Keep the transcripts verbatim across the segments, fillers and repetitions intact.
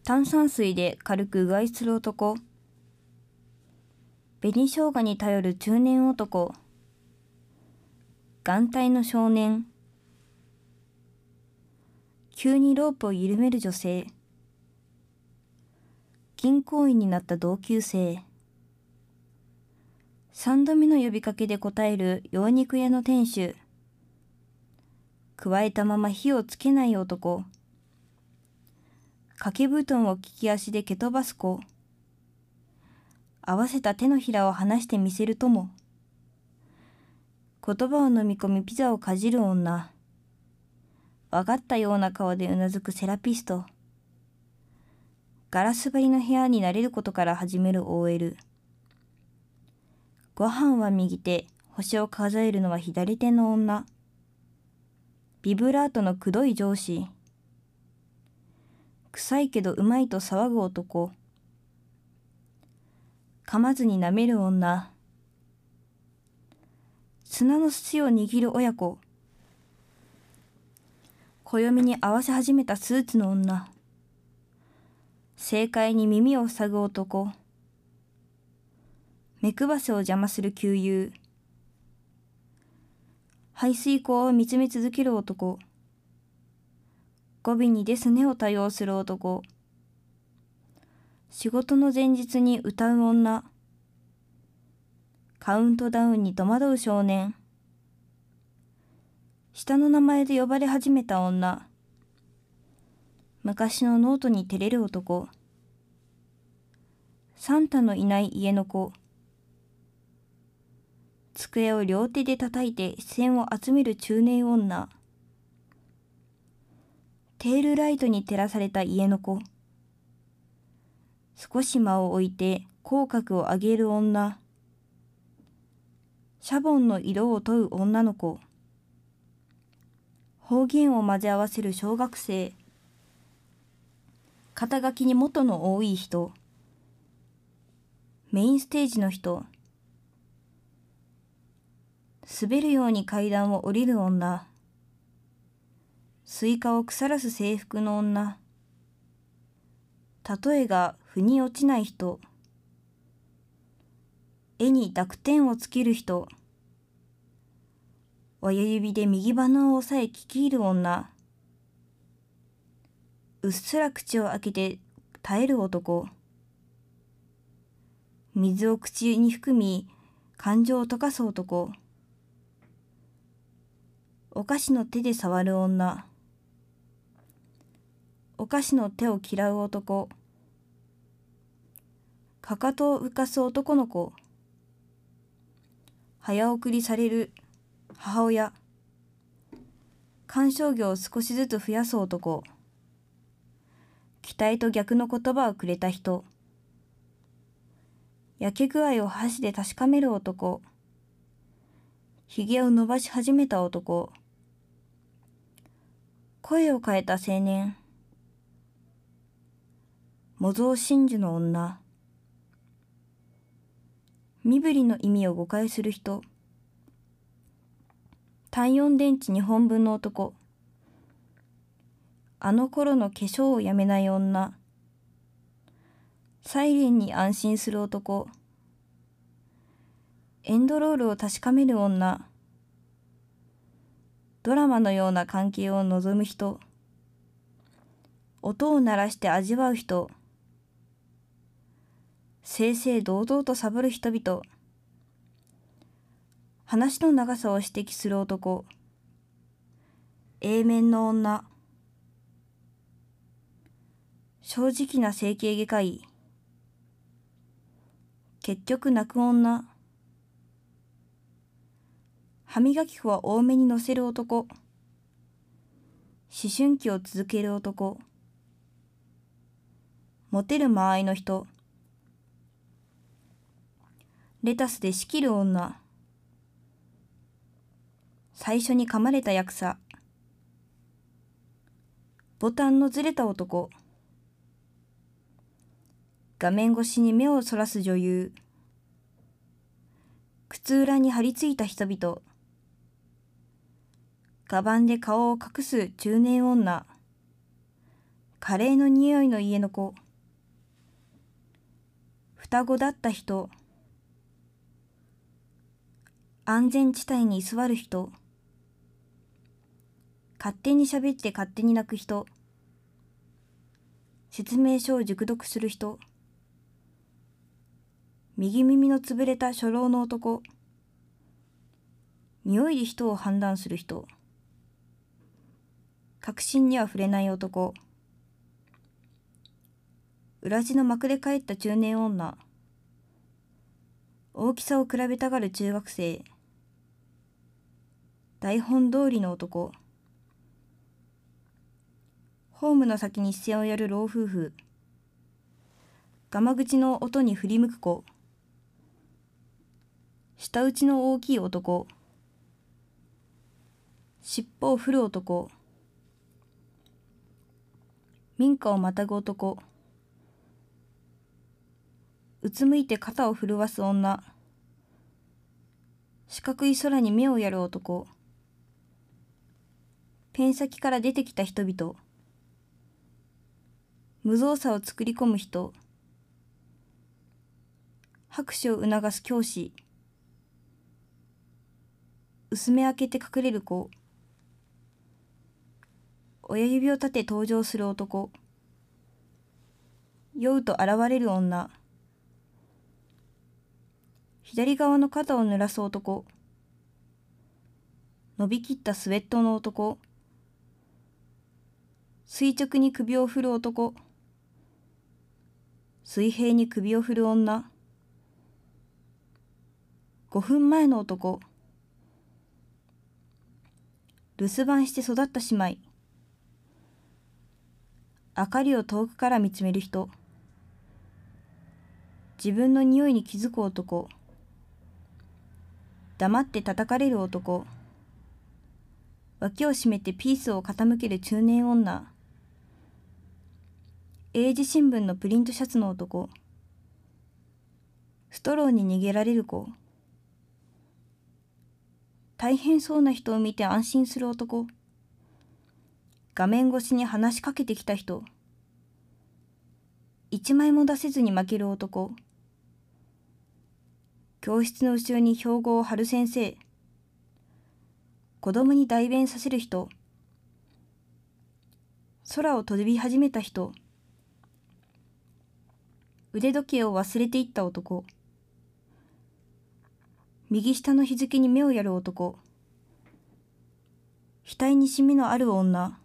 炭酸水で軽くうがいする男。紅生姜に頼る中年男。眼帯の少年。急にロープを緩める女性。銀行員になった同級生。三度目の呼びかけで答える洋肉屋の店主。加えたまま火をつけない男。掛け布団を利き足で蹴飛ばす子。合わせた手のひらを離してみせる友。言葉を飲み込みピザをかじる女。わかったような顔でうなずくセラピスト。ガラス張りの部屋に慣れることから始める オーエル。ご飯は右手、星を数えるのは左手の女。ビブラートのくどい上司。臭いけどうまいと騒ぐ男。噛まずに舐める女。砂の土を握る親子。暦に合わせ始めたスーツの女。正解に耳を塞ぐ男。目くばせを邪魔する給油。排水口を見つめ続ける男。語尾にですねを多用する男。仕事の前日に歌う女。カウントダウンに戸惑う少年。下の名前で呼ばれ始めた女。昔のノートに照れる男。サンタのいない家の子。机を両手で叩いて視線を集める中年女。テールライトに照らされた家の子。少し間を置いて口角を上げる女。シャボンの色を問う女の子。方言を混ぜ合わせる小学生。肩書きに元の多い人。メインステージの人。滑るように階段を降りる女。スイカを腐らす制服の女。例えが腑に落ちない人。絵に濁点をつける人。親指で右鼻を押さえ聞き入る女。うっすら口を開けて耐える男。水を口に含み感情を溶かす男。お菓子の手で触る女。お菓子の手を嫌う男。かかとを浮かす男の子。早送りされる母親。観賞魚を少しずつ増やす男。期待と逆の言葉をくれた人。焼け具合を箸で確かめる男。ひげを伸ばし始めた男。声を変えた青年。模造真珠の女。身振りの意味を誤解する人。単四電池にほんぶんの男。あの頃の化粧をやめない女。サイレンに安心する男。エンドロールを確かめる女。ドラマのような関係を望む人。音を鳴らして味わう人。正々堂々とサボる人々。話の長さを指摘する男。A面の女。正直な整形外科医。結局泣く女。歯磨き粉は多めに乗せる男。思春期を続ける男。モテる間合いの人。レタスで仕切る女。最初に噛まれたヤクザ。ボタンのずれた男。画面越しに目をそらす女優。靴裏に張り付いた人々。カバンで顔を隠す中年女。 カレーの匂いの家の子、双子だった人、安全地帯に居座る人、勝手に喋って勝手に泣く人、説明書を熟読する人、右耳の潰れた初老の男、匂いで人を判断する人、確信には触れない男、裏地の幕で帰った中年女、大きさを比べたがる中学生、台本通りの男、ホームの先に視線をやる老夫婦、ガマ口の音に振り向く子、舌打ちの大きい男、尻尾を振る男、民家をまたぐ男、うつむいて肩を震わす女、四角い空に目をやる男、ペン先から出てきた人々、無造作を作り込む人、拍手を促す教師、薄め開けて隠れる子、親指を立て登場する男、酔うと現れる女、左側の肩を濡らす男、伸びきったスウェットの男、垂直に首を振る男、水平に首を振る女、ごふんまえの男、留守番して育った姉妹、明かりを遠くから見つめる人、自分の匂いに気づく男、黙って叩かれる男、脇を締めてピースを傾ける中年女、英字新聞のプリントシャツの男、ストローに逃げられる子、大変そうな人を見て安心する男、画面越しに話しかけてきた人、一枚も出せずに負ける男、教室の後ろに標語を貼る先生、子供に代弁させる人、空を飛び始めた人、腕時計を忘れていった男、右下の日付に目をやる男、額にシミのある女、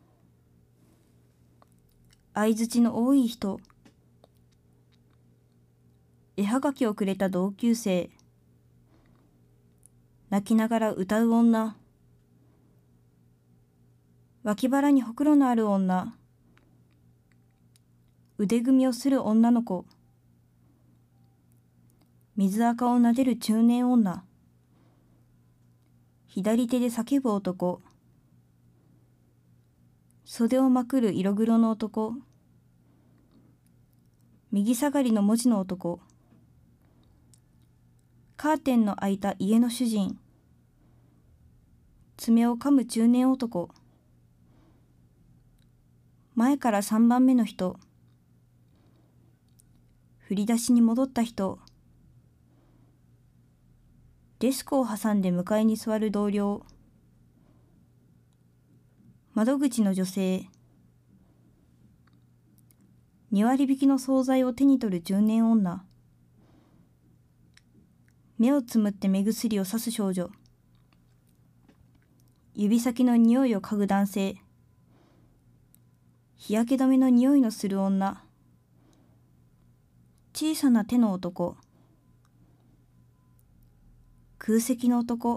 相づちの多い人、絵はがきをくれた同級生、泣きながら歌う女、脇腹にほくろのある女、腕組みをする女の子、水垢を撫でる中年女、左手で叫ぶ男、袖をまくる色黒の男、右下がりの文字の男、カーテンの開いた家の主人、爪を噛む中年男、前からさんばんめの人、振り出しに戻った人、デスクを挟んで向かいに座る同僚、窓口の女性、に割引きの惣菜を手に取る中年女、目をつむって目薬をさす少女、指先の匂いを嗅ぐ男性、日焼け止めの匂いのする女、小さな手の男、空席の男、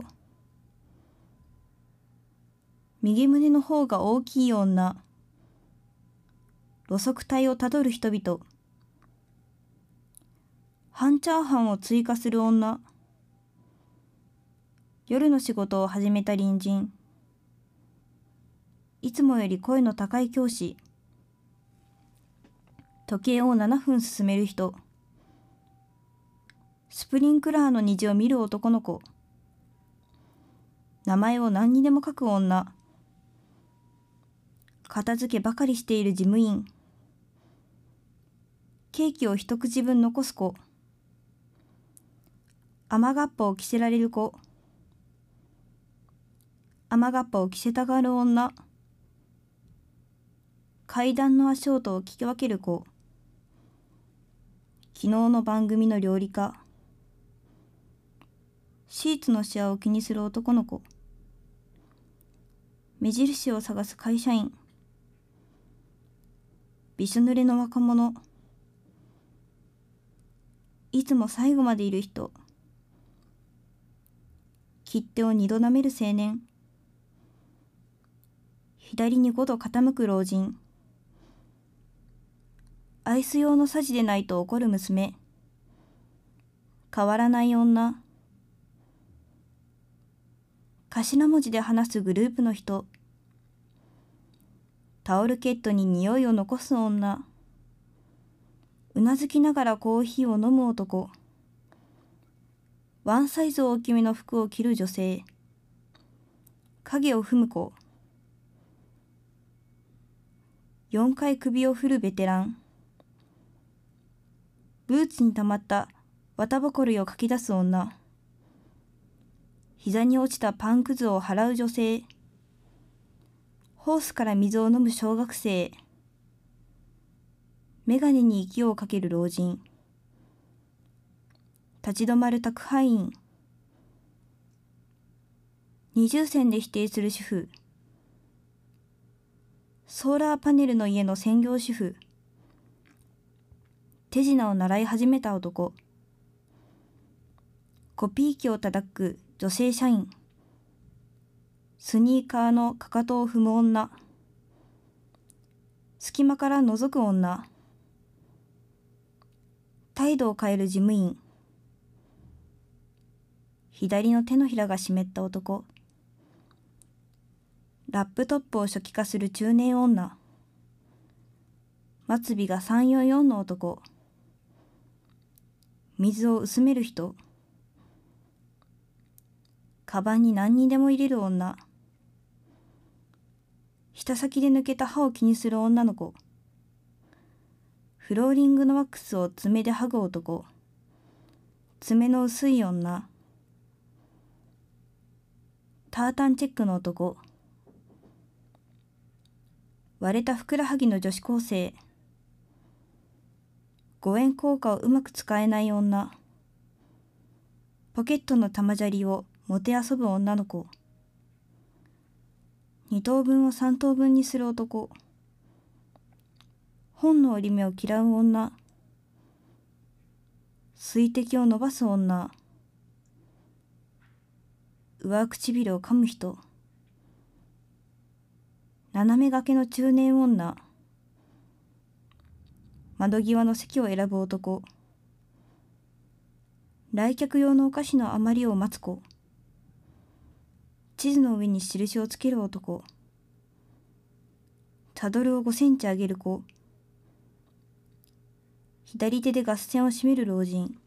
右胸の方が大きい女、路側帯をたどる人々、半チャーハンを追加する女、夜の仕事を始めた隣人、いつもより声の高い教師、時計をななふん進める人、スプリンクラーの虹を見る男の子、名前を何にでも書く女、片付けばかりしている事務員、 ケーキを一口分残す子。雨がっぱを着せられる子。雨がっぱを着せたがる女。階段の足音を聞き分ける子。昨日の番組の料理家。シーツのシワを気にする男の子。目印を探す会社員。びしょ濡れの若者。いつも最後までいる人。切手を二度舐める青年。左に五度傾く老人。アイス用のさじでないと怒る娘。変わらない女。頭文字で話すグループの人。タオルケットに匂いを残す女。うなずきながらコーヒーを飲む男。ワンサイズ大きめの服を着る女性。影を踏む子。よんかい首を振るベテラン。ブーツにたまった綿ぼこりをかき出す女。膝に落ちたパンくずを払う女性。ホースから水を飲む小学生。メガネに息をかける老人。立ち止まる宅配員。二重線で否定する主婦。ソーラーパネルの家の専業主婦。手品を習い始めた男。コピー機を叩く女性社員。スニーカーのかかとを踏む女。隙間から覗く女。態度を変える事務員。左の手のひらが湿った男。ラップトップを初期化する中年女。末尾がさんよんよんの男。水を薄める人。カバンに何にでも入れる女。舌先で抜けた歯を気にする女の子。フローリングのワックスを爪で剥ぐ男。爪の薄い女。タータンチェックの男。割れたふくらはぎの女子高生。ごえん硬貨をうまく使えない女。ポケットの玉砂利をもてあそぶ女の子。に等分をさん等分にする男。本の折り目を嫌う女。水滴を伸ばす女。上唇を噛む人。斜めがけの中年女。窓際の席を選ぶ男。来客用のお菓子の余りを待つ子。地図の上に印をつける男。サドルをごセンチ上げる子。左手でガス栓を閉める老人。